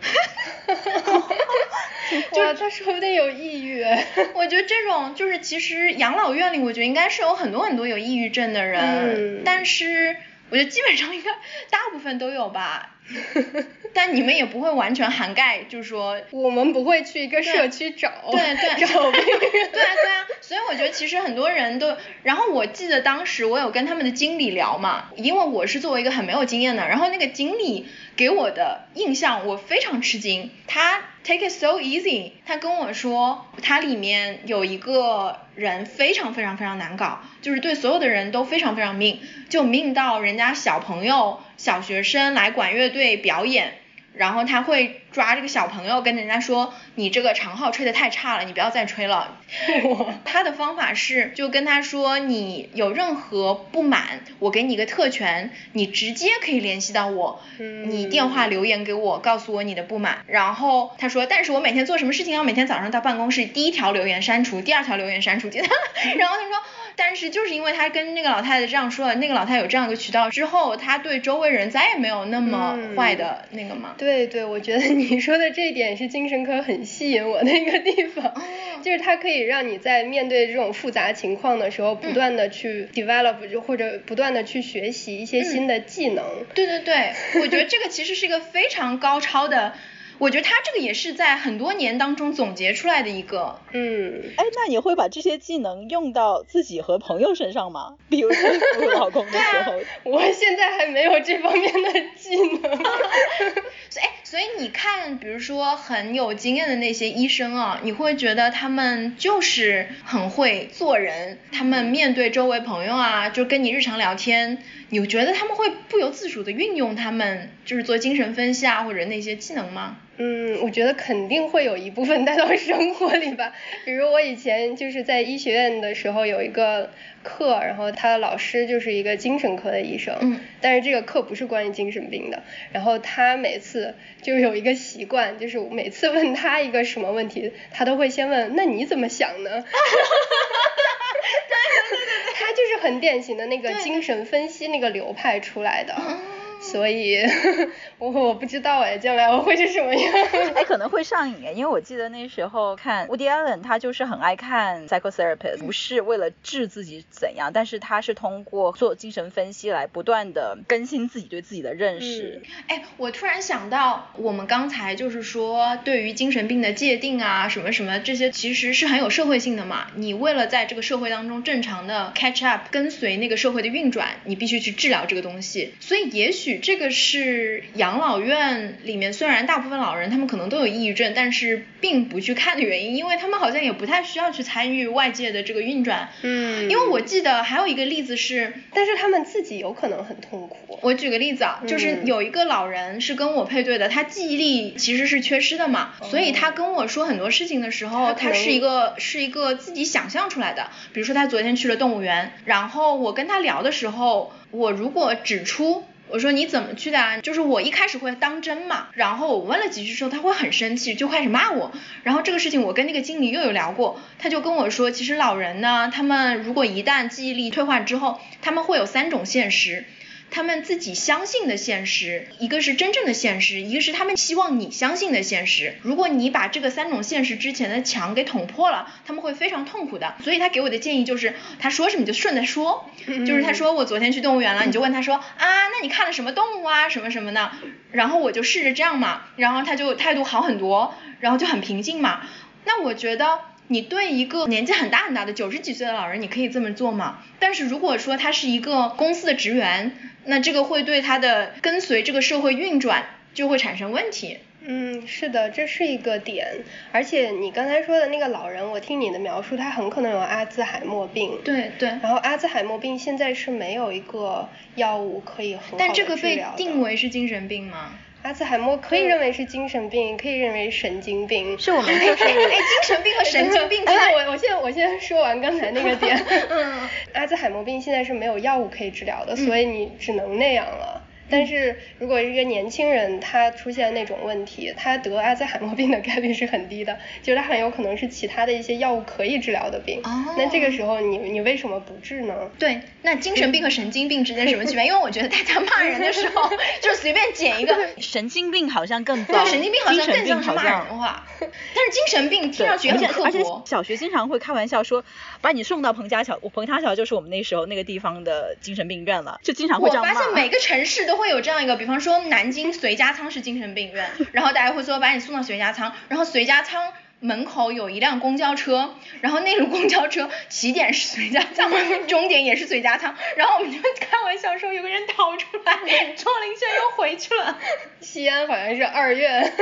哇，他说不定有抑郁。 我觉得这种就是其实养老院里我觉得应该是有很多很多有抑郁症的人、嗯、但是我觉得基本上应该大部分都有吧。但你们也不会完全涵盖，就是说我们不会去一个社区找对对找病人。 对啊对啊，所以我觉得其实很多人都，然后我记得当时我有跟他们的经理聊嘛，因为我是作为一个很没有经验的，然后那个经理给我的印象我非常吃惊，他 take it so easy， 他跟我说他里面有一个人非常非常非常难搞，就是对所有的人都非常非常命，就命到人家小朋友小学生来管乐队表演，然后他会抓这个小朋友跟人家说你这个长号吹得太差了，你不要再吹了。他的方法是就跟他说你有任何不满我给你一个特权，你直接可以联系到我、嗯、你电话留言给我告诉我你的不满，然后他说但是我每天做什么事情要每天早上到办公室第一条留言删除，第二条留言删除然后他说但是就是因为他跟那个老太太这样说了，那个老太太有这样一个渠道之后，他对周围人再也没有那么坏的那个嘛、嗯、 对对，我觉得你说的这一点是精神科很吸引我的一个地方、哦、就是它可以让你在面对这种复杂情况的时候不断的去 develop、嗯、或者不断的去学习一些新的技能、嗯、 对对对，我觉得这个其实是一个非常高超的我觉得他这个也是在很多年当中总结出来的一个。 嗯， 哎，那你会把这些技能用到自己和朋友身上吗？比如说服老公的时候。 我现在还没有这方面的技能。 哎，所以你看比如说很有经验的那些医生啊，你会觉得他们就是很会做人，他们面对周围朋友啊，就跟你日常聊天，你觉得他们会不由自主的运用他们就是做精神分析啊或者那些技能吗？ 嗯，我觉得肯定会有一部分带到生活里吧。比如我以前就是在医学院的时候有一个课，然后他的老师就是一个精神科的医生，嗯，但是这个课不是关于精神病的。然后他每次就有一个习惯，就是每次问他一个什么问题，他都会先问那你怎么想呢？对对对对， 他就是很典型的那个精神分析那个流派出来的。所以我我不知道哎，将来我会是什么样。 哎，可能会上瘾哎，因为我记得那时候看 Woody Allen， 他就是很爱看 psychotherapist， 不是为了治自己怎样，但是他是通过做精神分析来不断的更新自己对自己的认识。 哎、嗯，我突然想到，我们刚才就是说对于精神病的界定啊，什么什么这些，其实是很有社会性的嘛。你为了在这个社会当中正常的 catch up， 跟随那个社会的运转，你必须去治疗这个东西。所以也许这个是养老院里面虽然大部分老人他们可能都有抑郁症，但是并不去看的原因，因为他们好像也不太需要去参与外界的这个运转。嗯，因为我记得还有一个例子是， 但是他们自己有可能很痛苦。 我举个例子啊，就是有一个老人是跟我配对的，他记忆力其实是缺失的嘛，所以他跟我说很多事情的时候，他是一个是一个自己想象出来的。比如说他昨天去了动物园，然后我跟他聊的时候，我如果指出我说你怎么去的啊？就是我一开始会当真嘛，然后我问了几句之后他会很生气，就开始骂我。然后这个事情我跟那个经理又有聊过，他就跟我说其实老人呢，他们如果一旦记忆力退化之后，他们会有三种现实。他们自己相信的现实，一个是真正的现实，一个是他们希望你相信的现实。如果你把这个三种现实之前的墙给捅破了，他们会非常痛苦的。所以他给我的建议就是他说什么就顺着说，就是他说我昨天去动物园了，你就问他说啊那你看了什么动物啊什么什么的，然后我就试着这样嘛，然后他就态度好很多，然后就很平静嘛。那我觉得你对一个年纪很大很大的九十几岁的老人你可以这么做吗？但是如果说他是一个公司的职员，那这个会对他的跟随这个社会运转就会产生问题。 嗯，是的，这是一个点。而且你刚才说的那个老人，我听你的描述他很可能有阿兹海默病。 对对。 然后阿兹海默病现在是没有一个药物可以很好的治疗的。 但这个被定为是精神病吗？ 阿兹海默可以认为是精神病，可以认为神经病。 是我们就是哎，精神病和神经病。 哎，我我先我先说完刚才那个点。嗯。阿兹海默病现在是没有药物可以治疗的，所以你只能那样了。 但是如果一个年轻人他出现那种问题，他得阿兹海默病的概率是很低的，就是他很有可能是其他的一些药物可以治疗的病。 哦， 那这个时候你你为什么不治呢？ 对，那精神病和神经病之间什么区别？因为我觉得大家骂人的时候就随便捡一个， 神经病好像更糟， 对，神经病好像更像是骂人的话，但是精神病听上去很刻薄。 而且小学经常会开玩笑说，把你送到彭家桥，我彭家桥就是我们那时候那个地方的精神病院了，就经常会这样骂。 我发现每个城市都会有这样一个，比方说南京随家仓是精神病院，然后大家会说把你送到随家仓，然后随家仓门口有一辆公交车，然后那路公交车起点是随家仓，终点也是随家仓，然后我们就开玩笑说有个人逃出来，钟灵轩又回去了。 西安好像是二院。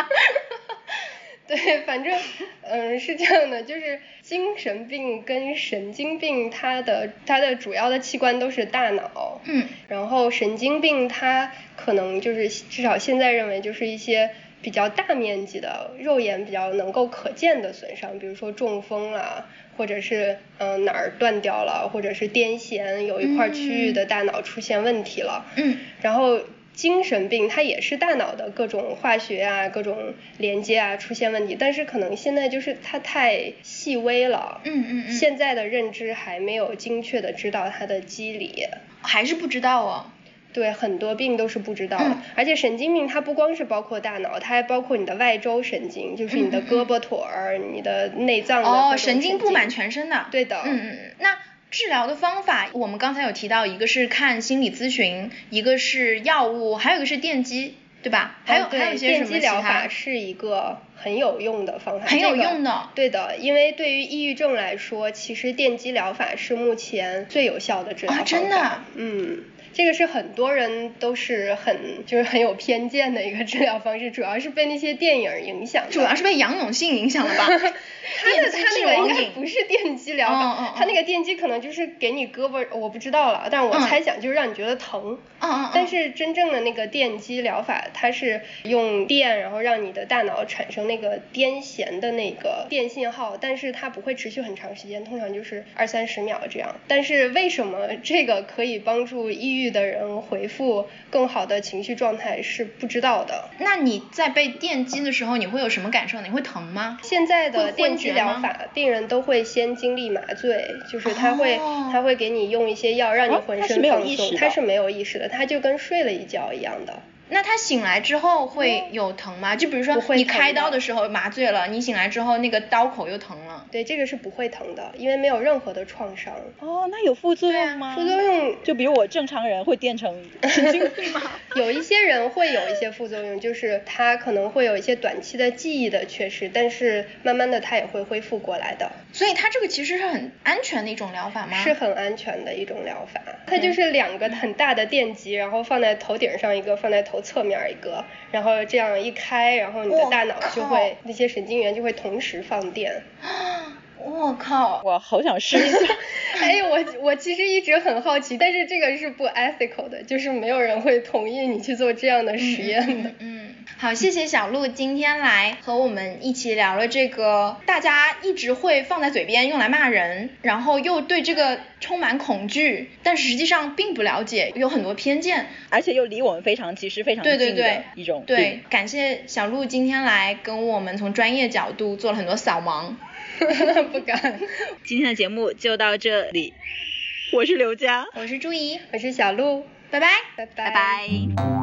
对，反正嗯是这样的，就是精神病跟神经病它的它的主要的器官都是大脑， 嗯， 然后神经病它可能就是至少现在认为就是一些比较大面积的肉眼比较能够可见的损伤，比如说中风啦，或者是嗯、呃、哪儿断掉了，或者是癫痫，有一块区域的大脑出现问题了， 嗯， 然后精神病它也是大脑的各种化学啊各种连接啊出现问题，但是可能现在就是它太细微了， 嗯嗯嗯， 现在的认知还没有精确的知道它的机理， 还是不知道哦。 对，很多病都是不知道的， 嗯、 而且神经病它不光是包括大脑，它还包括你的外周神经，就是你的胳膊腿儿、嗯、你的内脏的哦， 神经布满全身的。 对的。 嗯嗯，那治疗的方法，我们刚才有提到，一个是看心理咨询，一个是药物，还有一个是电击，对吧？还有、 哦、 还有一些什么电击疗法是一个很有用的方法， 很有用的、 这个。对的，因为对于抑郁症来说，其实电击疗法是目前最有效的治疗方法。 啊，真的？ 嗯。这个是很多人都是很就是很有偏见的一个治疗方式，主要是被那些电影影响的， 主要是被杨永信影响了吧？ 他的他那个应该不是电击疗法， 嗯嗯嗯、 他那个电击可能就是给你胳膊，我不知道了，但是我猜想就是让你觉得疼。 嗯嗯嗯、 但是真正的那个电击疗法，它是用电，然后让你的大脑产生那个癫痫的那个电信号，但是它不会持续很长时间，通常就是二三十秒这样。但是为什么这个可以帮助抑郁的人回复更好的情绪状态是不知道的。 那你在被电击的时候你会有什么感受呢？你会疼吗？ 现在的电击疗法病人都会先经历麻醉，就是他会、哦、他会给你用一些药让你浑身放松，他是没有意识的，他就跟睡了一觉一样的。 那他醒来之后会有疼吗？就比如说你开刀的时候麻醉了，你醒来之后那个刀口又疼了。 对，这个是不会疼的，因为没有任何的创伤。 哦，那有副作用吗？ 副作用就比如我正常人会电成神经病吗？ 有一些人会有一些副作用，就是他可能会有一些短期的记忆的缺失，但是慢慢的他也会恢复过来的。 所以他这个其实是很安全的一种疗法吗？ 是很安全的一种疗法，它就是两个很大的电极，然后放在头顶上一个，放在头侧面一个，然后这样一开，然后你的大脑就会那些神经元就会同时放电。 我靠， 我好想试一下。 哎，我我其实一直很好奇，但是这个是不 ethical 的，就是没有人会同意你去做这样的实验的。 嗯，嗯嗯好，谢谢小鹿今天来和我们一起聊了这个大家一直会放在嘴边用来骂人，然后又对这个充满恐惧，但实际上并不了解，有很多偏见， 而且又离我们非常其实非常近的一种对对对。对，感谢小鹿今天来跟我们从专业角度做了很多扫盲。 不敢。 今天的节目就到这里，我是刘佳， 我是朱怡， 我是小鹿， 拜拜， 拜拜。 拜拜。